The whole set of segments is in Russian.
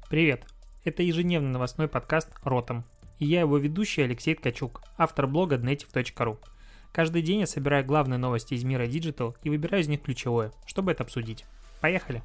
Привет! Это ежедневный новостной подкаст «Ротом». И я его ведущий Алексей Ткачук, автор блога dnetiv.ru. Каждый день я собираю главные новости из мира Digital и выбираю из них ключевое, чтобы это обсудить. Поехали!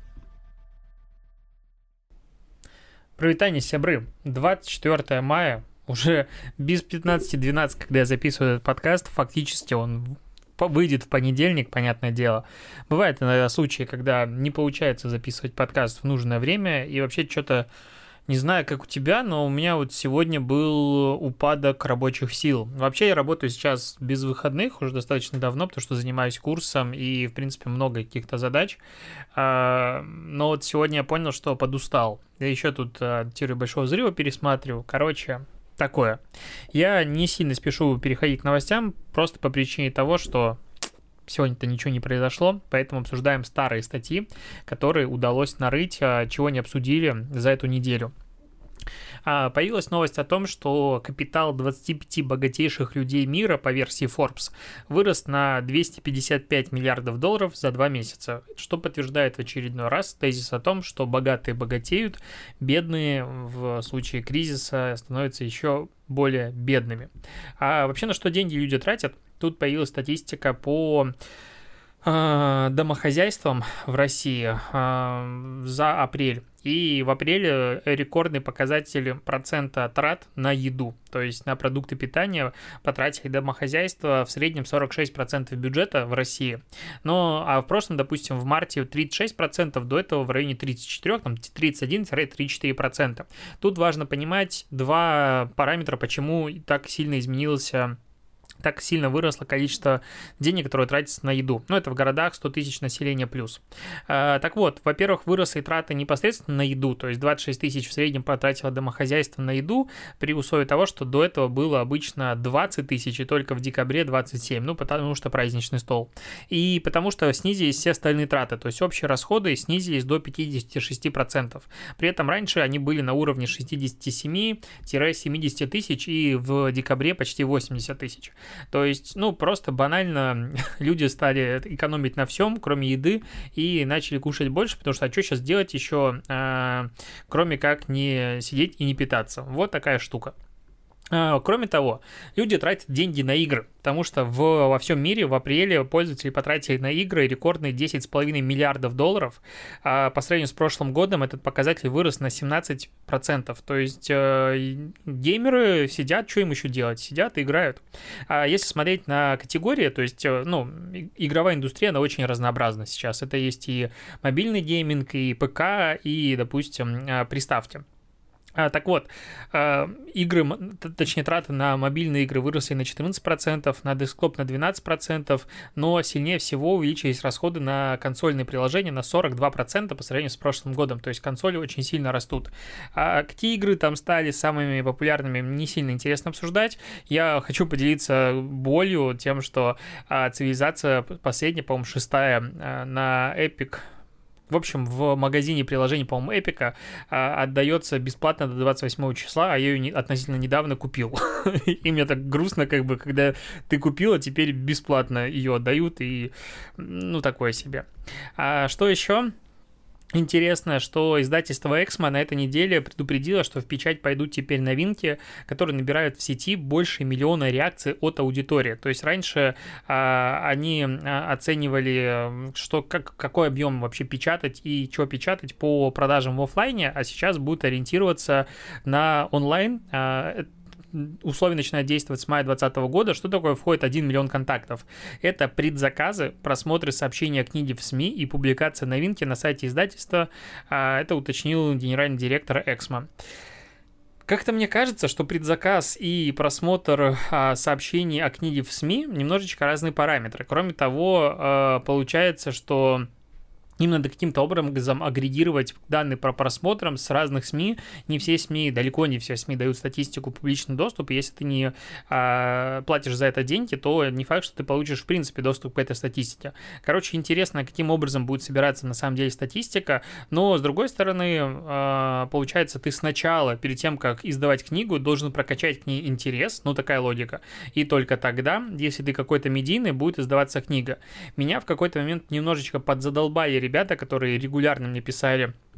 Привет, сябры! 24 мая, уже без 15:12, когда я записываю этот подкаст, фактически он выйдет в понедельник, понятное дело. Бывают иногда случаи, когда не получается записывать подкаст в нужное время, и вообще что-то, не знаю, как у тебя, но у меня вот сегодня был упадок рабочих сил. Вообще я работаю сейчас без выходных уже достаточно давно, потому что занимаюсь курсом и, в принципе, много каких-то задач. Но вот сегодня я понял, что подустал. Я еще тут «Теорию большого взрыва» пересматриваю. Короче, такое. Я не сильно спешу переходить к новостям, просто по причине того, что сегодня-то ничего не произошло, поэтому обсуждаем старые статьи, которые удалось нарыть, чего не обсудили за эту неделю. Появилась новость о том, что капитал 25 богатейших людей мира по версии Forbes вырос на 255 миллиардов долларов за 2 месяца, что подтверждает в очередной раз тезис о том, что богатые богатеют, бедные в случае кризиса становятся еще более бедными. А вообще на что деньги люди тратят? Тут появилась статистика по домохозяйствам в России за апрель. И в апреле рекордный показатель процента трат на еду, то есть на продукты питания потратили домохозяйства в среднем 46% бюджета в России. А в прошлом, допустим, в марте 36%, до этого в районе 34%, там 31-34%. Тут важно понимать два параметра, почему так сильно так сильно выросло количество денег, которые тратятся на еду. Это в городах 100 тысяч населения плюс. Так вот, во-первых, выросли траты непосредственно на еду, то есть 26 тысяч в среднем потратило домохозяйство на еду, при условии того, что до этого было обычно 20 тысяч, и только в декабре 27, потому что праздничный стол. И потому что снизились все остальные траты, то есть общие расходы снизились до 56%. При этом раньше они были на уровне 67-70 тысяч, и в декабре почти 80 тысяч. То есть, просто банально люди стали экономить на всем, кроме еды, и начали кушать больше, потому что, что сейчас делать еще, кроме как не сидеть и не питаться. Вот такая штука. Кроме того, люди тратят деньги на игры, потому что во всем мире в апреле пользователи потратили на игры рекордные 10,5 миллиардов долларов. По сравнению с прошлым годом этот показатель вырос на 17%. То есть геймеры сидят, что им еще делать? Сидят и играют. Если смотреть на категории, то есть игровая индустрия, она очень разнообразна сейчас. Это есть и мобильный гейминг, и ПК, и, допустим, приставки. Так вот, траты на мобильные игры выросли на 14%, на десктоп на 12%, но сильнее всего увеличились расходы на консольные приложения на 42% по сравнению с прошлым годом, то есть консоли очень сильно растут. Какие игры там стали самыми популярными, не сильно интересно обсуждать. Я хочу поделиться болью тем, что цивилизация последняя, по-моему, 6-я на Epic. В общем, в магазине приложений, по-моему, Эпика отдается бесплатно до 28 числа, а я ее относительно недавно купил. И мне так грустно, когда ты купил, а теперь бесплатно ее отдают, и такое себе. Что еще? Интересно, что издательство Эксмо на этой неделе предупредило, что в печать пойдут теперь новинки, которые набирают в сети больше миллиона реакций от аудитории. То есть раньше они оценивали, какой объем вообще печатать и что печатать по продажам в офлайне, а сейчас будут ориентироваться на онлайн. Условия начинают действовать с мая 2020 года. Что такое входит 1 миллион контактов? Это предзаказы, просмотры сообщений о книге в СМИ и публикация новинки на сайте издательства. Это уточнил генеральный директор Эксмо. Как-то мне кажется, что предзаказ и просмотр сообщений о книге в СМИ немножечко разные параметры. Кроме того, получается, что им надо каким-то образом агрегировать данные про просмотром с разных СМИ. Не все СМИ, далеко не все СМИ дают статистику в публичный доступ, и если ты не платишь за это деньги, то не факт, что ты получишь в принципе доступ к этой статистике. Короче, интересно, каким образом будет собираться на самом деле статистика, но с другой стороны, получается, ты сначала, перед тем, как издавать книгу, должен прокачать к ней интерес, такая логика, и только тогда, если ты какой-то медийный, будет издаваться книга. Меня в какой-то момент немножечко подзадолбали ребята, которые регулярно мне писали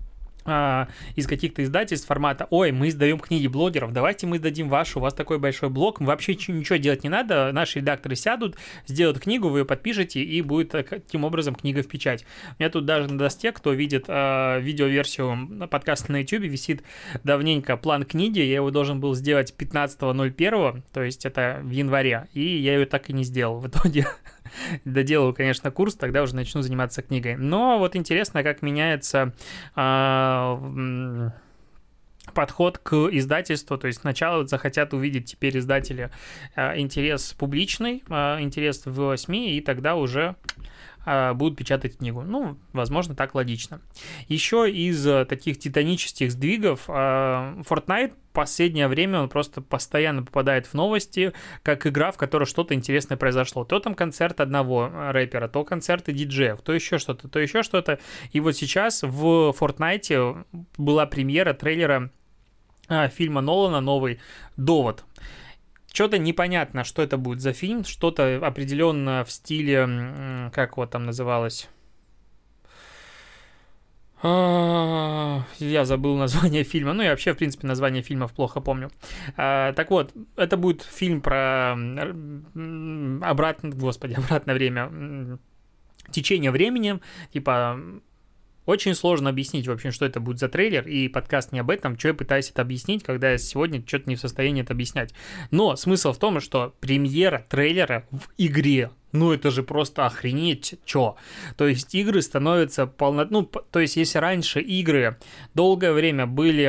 из каких-то издательств формата: ой, мы издаем книги блогеров, давайте мы издадим вашу, у вас такой большой блог, вообще ничего делать не надо, наши редакторы сядут, сделают книгу, вы ее подпишете, и будет таким образом книга в печать. У меня тут даже на доске, кто видит видеоверсию подкаста на YouTube, висит давненько план книги, я его должен был сделать 15.01, то есть это в январе, и я ее так и не сделал в итоге. Доделаю, конечно, курс, тогда уже начну заниматься книгой. Но вот интересно, как меняется подход к издательству, то есть сначала захотят увидеть теперь издатели интерес публичный, интерес в СМИ, и тогда уже будут печатать книгу. Ну, возможно, так логично. Еще из таких титанических сдвигов Fortnite в последнее время он просто постоянно попадает в новости, как игра, в которой что-то интересное произошло. То там концерт одного рэпера, то концерты диджеев, то еще что-то, то еще что-то. И вот сейчас в Fortnite была премьера трейлера фильма Нолана новый «Довод». Что-то непонятно, что это будет за фильм, что-то определенно в стиле, как вот там называлось, я забыл название фильма, ну я вообще, в принципе, название фильмов плохо помню. Так вот, это будет фильм про обратное время, течение времени, типа... Очень сложно объяснить, в общем, что это будет за трейлер, и подкаст не об этом, что я пытаюсь это объяснить, когда я сегодня что-то не в состоянии это объяснять. Но смысл в том, что премьера трейлера в игре, ну это же просто охренеть, чё. То есть игры становятся то есть если раньше игры долгое время были,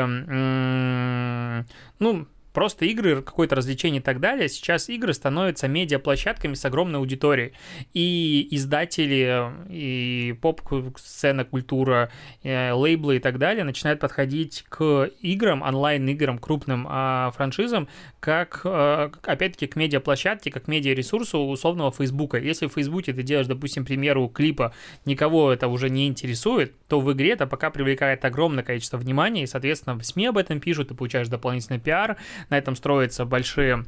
просто игры, какое-то развлечение и так далее, сейчас игры становятся медиаплощадками с огромной аудиторией. И издатели, и поп-сцена, культура, лейблы и так далее начинают подходить к играм, онлайн-играм, крупным франшизам, как, опять-таки, к медиаплощадке, как к медиаресурсу условного Фейсбука. Если в Фейсбуке ты делаешь, допустим, премьеру клипа, никого это уже не интересует, то в игре это пока привлекает огромное количество внимания, и, соответственно, в СМИ об этом пишут, ты получаешь дополнительный пиар, на этом строятся большие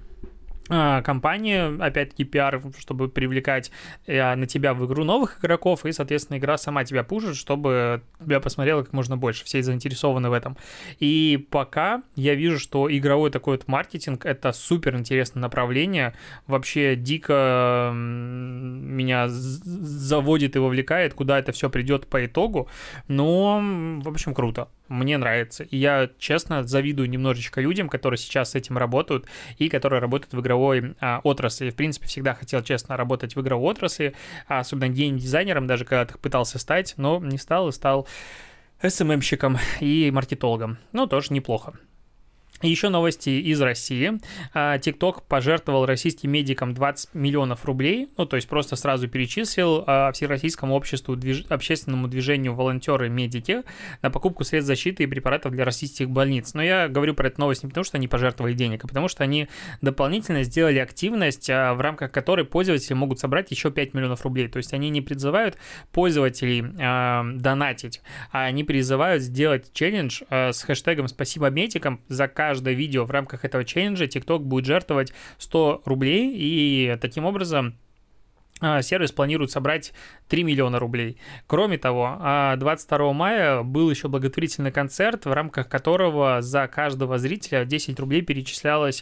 компании, опять-таки, пиар, чтобы привлекать на тебя в игру новых игроков, и, соответственно, игра сама тебя пушит, чтобы тебя посмотрело как можно больше, все заинтересованы в этом. И пока я вижу, что игровой такой вот маркетинг — это супер интересное направление, вообще дико меня заводит и вовлекает, куда это все придет по итогу, но, в общем, круто. Мне нравится. И я, честно, завидую немножечко людям, которые сейчас с этим работают и которые работают в игровой отрасли. В принципе, всегда хотел, честно, работать в игровой отрасли, особенно гейм-дизайнером, даже когда пытался стать, но не стал, и стал SMM-щиком и маркетологом. Ну, тоже неплохо. Еще новости из России. TikTok пожертвовал российским медикам 20 миллионов рублей, ну, то есть просто сразу перечислил Всероссийскому общественному движению «Волонтеры-медики» на покупку средств защиты и препаратов для российских больниц. Но я говорю про эту новость не потому, что они пожертвовали денег, а потому что они дополнительно сделали активность, в рамках которой пользователи могут собрать еще 5 миллионов рублей. То есть они не призывают пользователей донатить, а они призывают сделать челлендж с хэштегом «Спасибо медикам». За каждое видео в рамках этого челленджа TikTok будет жертвовать 100 рублей, и таким образом сервис планирует собрать 3 миллиона рублей. Кроме того, 22 мая был еще благотворительный концерт, в рамках которого за каждого зрителя 10 рублей перечислялось,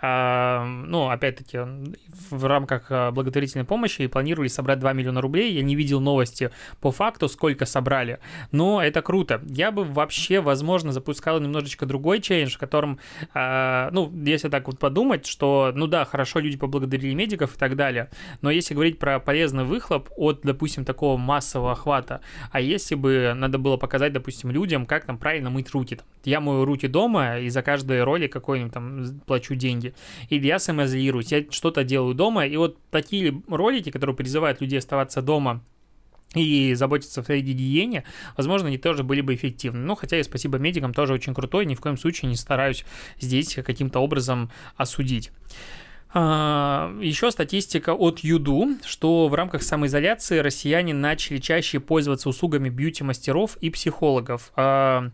опять-таки, в рамках благотворительной помощи, и планировали собрать 2 миллиона рублей. Я не видел новости по факту, сколько собрали, но это круто. Я бы вообще, возможно, запускал немножечко другой челлендж, в котором, если так вот подумать, что, хорошо, люди поблагодарили медиков и так далее, но если говорить про полезный выхлоп от, допустим, такого массового охвата, а если бы надо было показать, допустим, людям, как там правильно мыть руки. Я мою руки дома, и за каждый ролик какой-нибудь там плачу деньги. Или я самоизолируюсь, я что-то делаю дома, и вот такие ролики, которые призывают людей оставаться дома и заботиться о своей гигиене, возможно, они тоже были бы эффективны. Ну, хотя и спасибо медикам тоже очень крутой, ни в коем случае не стараюсь здесь каким-то образом осудить. Еще статистика от Юду, что в рамках самоизоляции россияне начали чаще пользоваться услугами бьюти-мастеров и психологов. На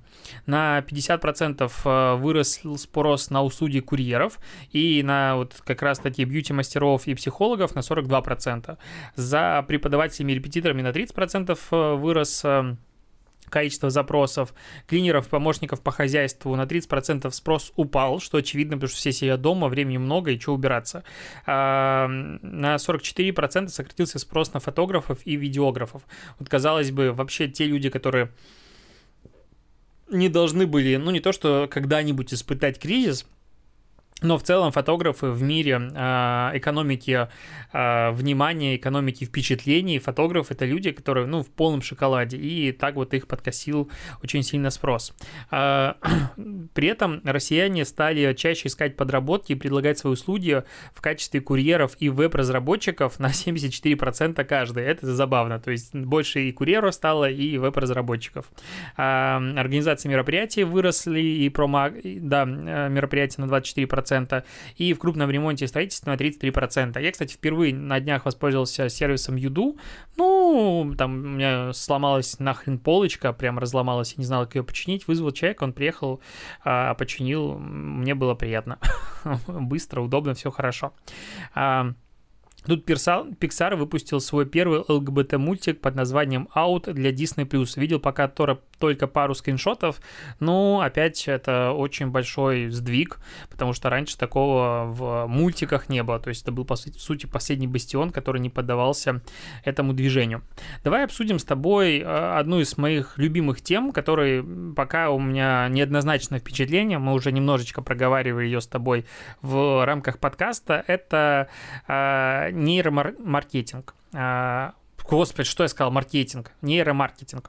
50% вырос спрос на услуги курьеров, и на вот как раз таки бьюти-мастеров и психологов на 42%. За преподавателями и репетиторами на 30% вырос количество запросов, клинеров, помощников по хозяйству на 30% спрос упал, что очевидно, потому что все сидят дома, времени много и что убираться. На 44% сократился спрос на фотографов и видеографов. Вот, казалось бы, вообще те люди, которые не должны были, ну, не то что когда-нибудь испытать кризис, но в целом фотографы в мире экономики внимания, экономики впечатлений, фотограф — это люди, которые, ну, в полном шоколаде, и так вот их подкосил очень сильно спрос. При этом россияне стали чаще искать подработки и предлагать свои услуги в качестве курьеров и веб-разработчиков на 74% каждый. Это забавно, то есть больше и курьеров стало, и веб-разработчиков. Организация мероприятий выросли, и мероприятия на 24%, и в крупном ремонте и строительстве на 33%. Я, кстати, впервые на днях воспользовался сервисом Юду. Ну, там у меня сломалась нахрен полочка, прям разломалась, я не знал, как ее починить. Вызвал человека, он приехал, починил, мне было приятно. Быстро, удобно, все хорошо. Тут Pixar выпустил свой первый ЛГБТ-мультик под названием «Out» для Disney+. Видел пока только пару скриншотов, но опять это очень большой сдвиг, потому что раньше такого в мультиках не было. То есть это был, по сути, последний бастион, который не поддавался этому движению. Давай обсудим с тобой одну из моих любимых тем, которой пока у меня неоднозначное впечатление, мы уже немножечко проговаривали ее с тобой в рамках подкаста, это нейромаркетинг. Господи, что я сказал? Маркетинг. Нейромаркетинг.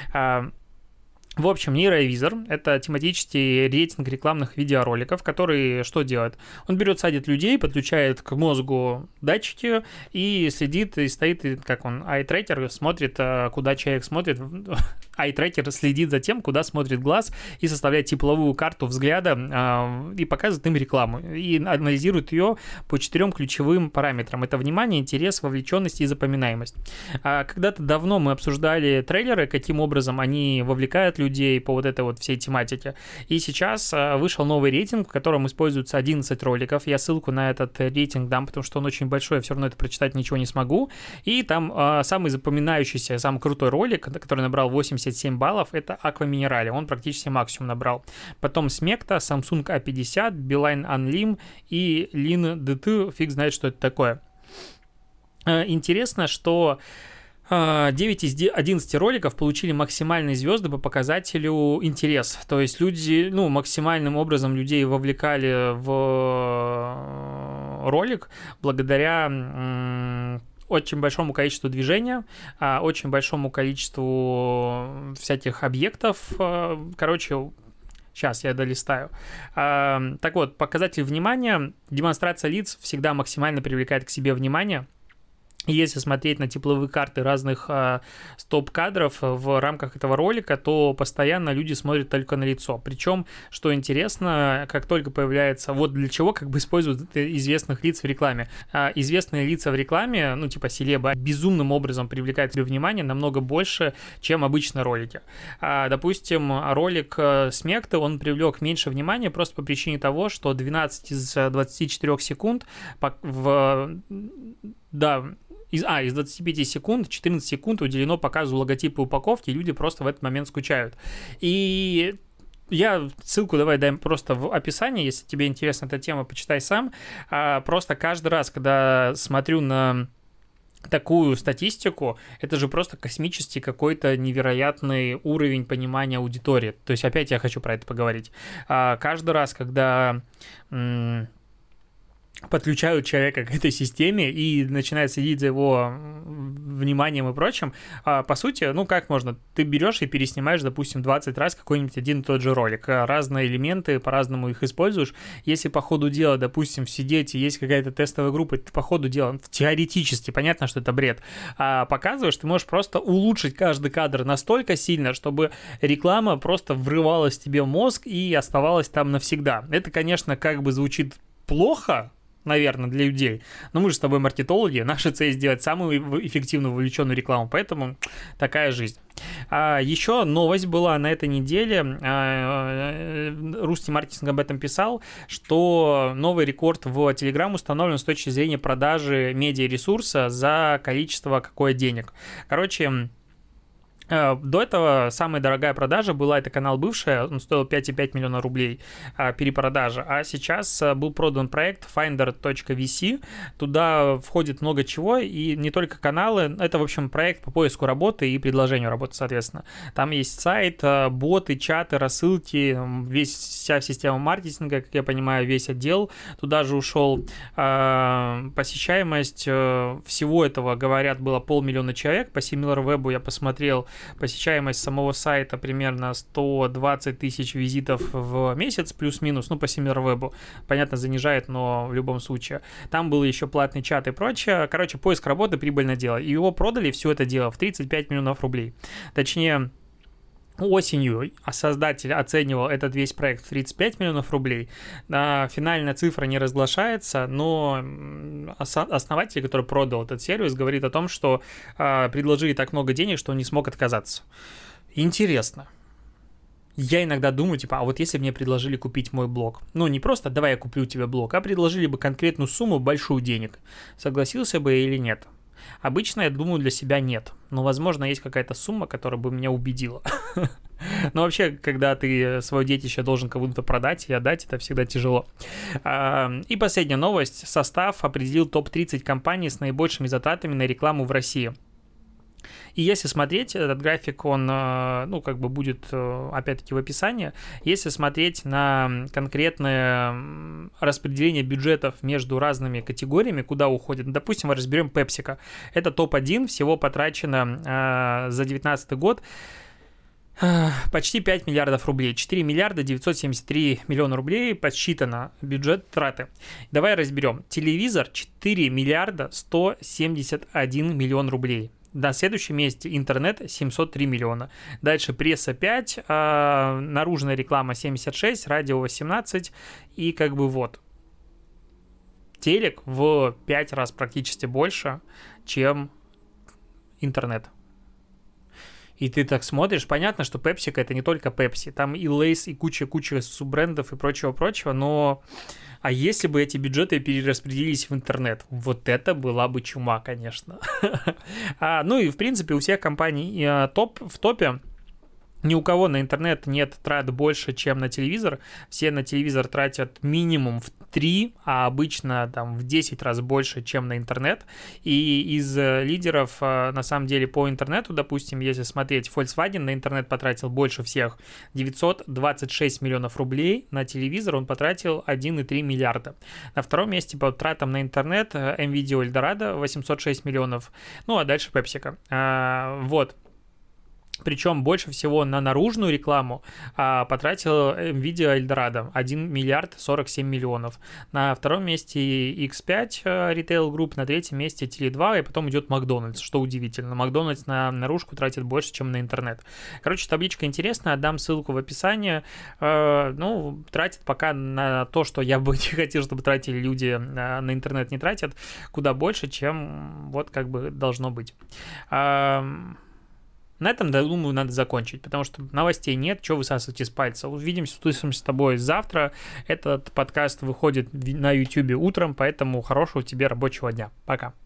В общем, нейровизор — это тематический рейтинг рекламных видеороликов, который что делает? Он берет, садит людей, подключает к мозгу датчики и следит, и стоит, как он, ай-трекер, смотрит, куда человек смотрит. Ай-трекер следит за тем, куда смотрит глаз, и составляет тепловую карту взгляда и показывает им рекламу. И анализирует ее по 4 ключевым параметрам. Это внимание, интерес, вовлеченность и запоминаемость. Когда-то давно мы обсуждали трейлеры, каким образом они вовлекают людей по вот этой вот всей тематике. И сейчас вышел новый рейтинг, в котором используются 11 роликов. Я ссылку на этот рейтинг дам, потому что он очень большой, я все равно это прочитать ничего не смогу. И там самый запоминающийся, самый крутой ролик, который набрал 87 баллов, это Aqua Minerale. Он практически максимум набрал. Потом Smecta, Samsung A50, Beeline Unlim и Lean DT. Фиг знает, что это такое. Интересно, что 9 из 11 роликов получили максимальные звезды по показателю интерес. То есть люди, ну, максимальным образом людей вовлекали в ролик благодаря очень большому количеству движения, очень большому количеству всяких объектов. Короче, сейчас я долистаю. Так вот, показатель внимания, демонстрация лиц всегда максимально привлекает к себе внимание. Если смотреть на тепловые карты разных стоп-кадров в рамках этого ролика, то постоянно люди смотрят только на лицо. Причем, что интересно, как только появляется... Вот для чего как бы используют известных лиц в рекламе. Известные лица в рекламе, ну типа селеба, безумным образом привлекают к себе внимание намного больше, чем обычно ролики. Допустим, ролик Smecta, он привлек меньше внимания просто по причине того, что 12 из 24 секунд из 25 секунд 14 секунд уделено показу логотипа упаковки, и люди просто в этот момент скучают. И я ссылку даем просто в описании, если тебе интересна эта тема, почитай сам. Просто каждый раз, когда смотрю на такую статистику, это же просто космический какой-то невероятный уровень понимания аудитории. То есть опять я хочу про это поговорить. Каждый раз, когда подключают человека к этой системе и начинают следить за его вниманием и прочим, по сути, ну как можно? Ты берешь и переснимаешь, допустим, 20 раз какой-нибудь один и тот же ролик. Разные элементы, по-разному их используешь. Если по ходу дела, допустим, в сидете, есть какая-то тестовая группа, ты по ходу дела, теоретически, понятно, что это бред, показываешь, ты можешь просто улучшить каждый кадр настолько сильно, чтобы реклама просто врывалась тебе в мозг и оставалась там навсегда. Это, конечно, как бы звучит плохо, наверное, для людей. Но мы же с тобой маркетологи, наша цель сделать самую эффективную вовлеченную рекламу, поэтому такая жизнь. Еще новость была на этой неделе, Русский маркетинг об этом писал, что новый рекорд в Telegram установлен с точки зрения продажи медиаресурса за количество какое денег. Короче, До этого самая дорогая продажа была, это канал бывший, он стоил 5,5 миллиона рублей перепродажа, а сейчас был продан проект finder.vc, туда входит много чего, и не только каналы, это, в общем, проект по поиску работы и предложению работы, соответственно. Там есть сайт, боты, чаты, рассылки, вся система маркетинга, как я понимаю, весь отдел, туда же ушел. Посещаемость всего этого, говорят, было 500 000 человек, по SimilarWeb я посмотрел, посещаемость самого сайта примерно 120 тысяч визитов в месяц, плюс-минус, ну, по SimilarWeb, понятно, занижает, но в любом случае. Там был еще платный чат и прочее. Короче, поиск работы, прибыльное дело. И его продали, все это дело, в 35 миллионов рублей. Точнее, осенью создатель оценивал этот весь проект в 35 миллионов рублей. Финальная цифра не разглашается, но основатель, который продал этот сервис, говорит о том, что предложили так много денег, что он не смог отказаться. Интересно. Я иногда думаю, типа, а вот если бы мне предложили купить мой блог, ну, не просто «давай я куплю тебе блог», а предложили бы конкретную сумму, большую денег, согласился бы или нет? Обычно я думаю для себя нет, но, возможно, есть какая-то сумма, которая бы меня убедила. Но вообще, когда ты свое детище должен кому-то продать и отдать, это всегда тяжело. И последняя новость. Состав определил топ-30 компаний с наибольшими затратами на рекламу в России. И если смотреть, этот график, он, ну, как бы будет, опять-таки, в описании. Если смотреть на конкретное распределение бюджетов между разными категориями, куда уходит, допустим, мы разберем PepsiCo. Это топ-1, всего потрачено за 2019 год почти 5 миллиардов рублей. 4 миллиарда 973 миллиона рублей подсчитано бюджет траты. Давай разберем. Телевизор 4 миллиарда 171 миллион рублей. На следующем месте интернет 703 миллиона. Дальше пресса 5, наружная реклама 76, радио 18 и как бы вот. Телек в 5 раз практически больше, чем интернет. И ты так смотришь, понятно, что PepsiCo это не только Pepsi, там и Lay's, и куча суббрендов и прочего, но а если бы эти бюджеты перераспределились в интернет, вот это была бы чума, конечно. Ну и в принципе у всех компаний в топе. Ни у кого на интернет нет трат больше, чем на телевизор. Все на телевизор тратят минимум в 3, а обычно там в 10 раз больше, чем на интернет. И из лидеров, на самом деле, по интернету, допустим, если смотреть, Volkswagen на интернет потратил больше всех, 926 миллионов рублей. На телевизор он потратил 1,3 миллиарда. На втором месте по тратам на интернет NVIDIA Eldorado 806 миллионов. Ну, а дальше PepsiCo. Вот. Причем больше всего на наружную рекламу потратил NVIDIA Eldorado 1 миллиард 47 миллионов. На втором месте X5 Retail Group, на третьем месте Tele2, и потом идет Макдональдс, что удивительно. Макдональдс на наружку тратит больше, чем на интернет. Короче, табличка интересная, отдам ссылку в описании. Ну, тратит пока на то, что я бы не хотел, чтобы тратили люди на интернет, не тратят, куда больше, чем вот как бы должно быть. На этом, думаю, надо закончить, потому что новостей нет, что высасывать из пальца. Увидимся, услышимся с тобой завтра. Этот подкаст выходит на YouTube утром, поэтому хорошего тебе рабочего дня. Пока.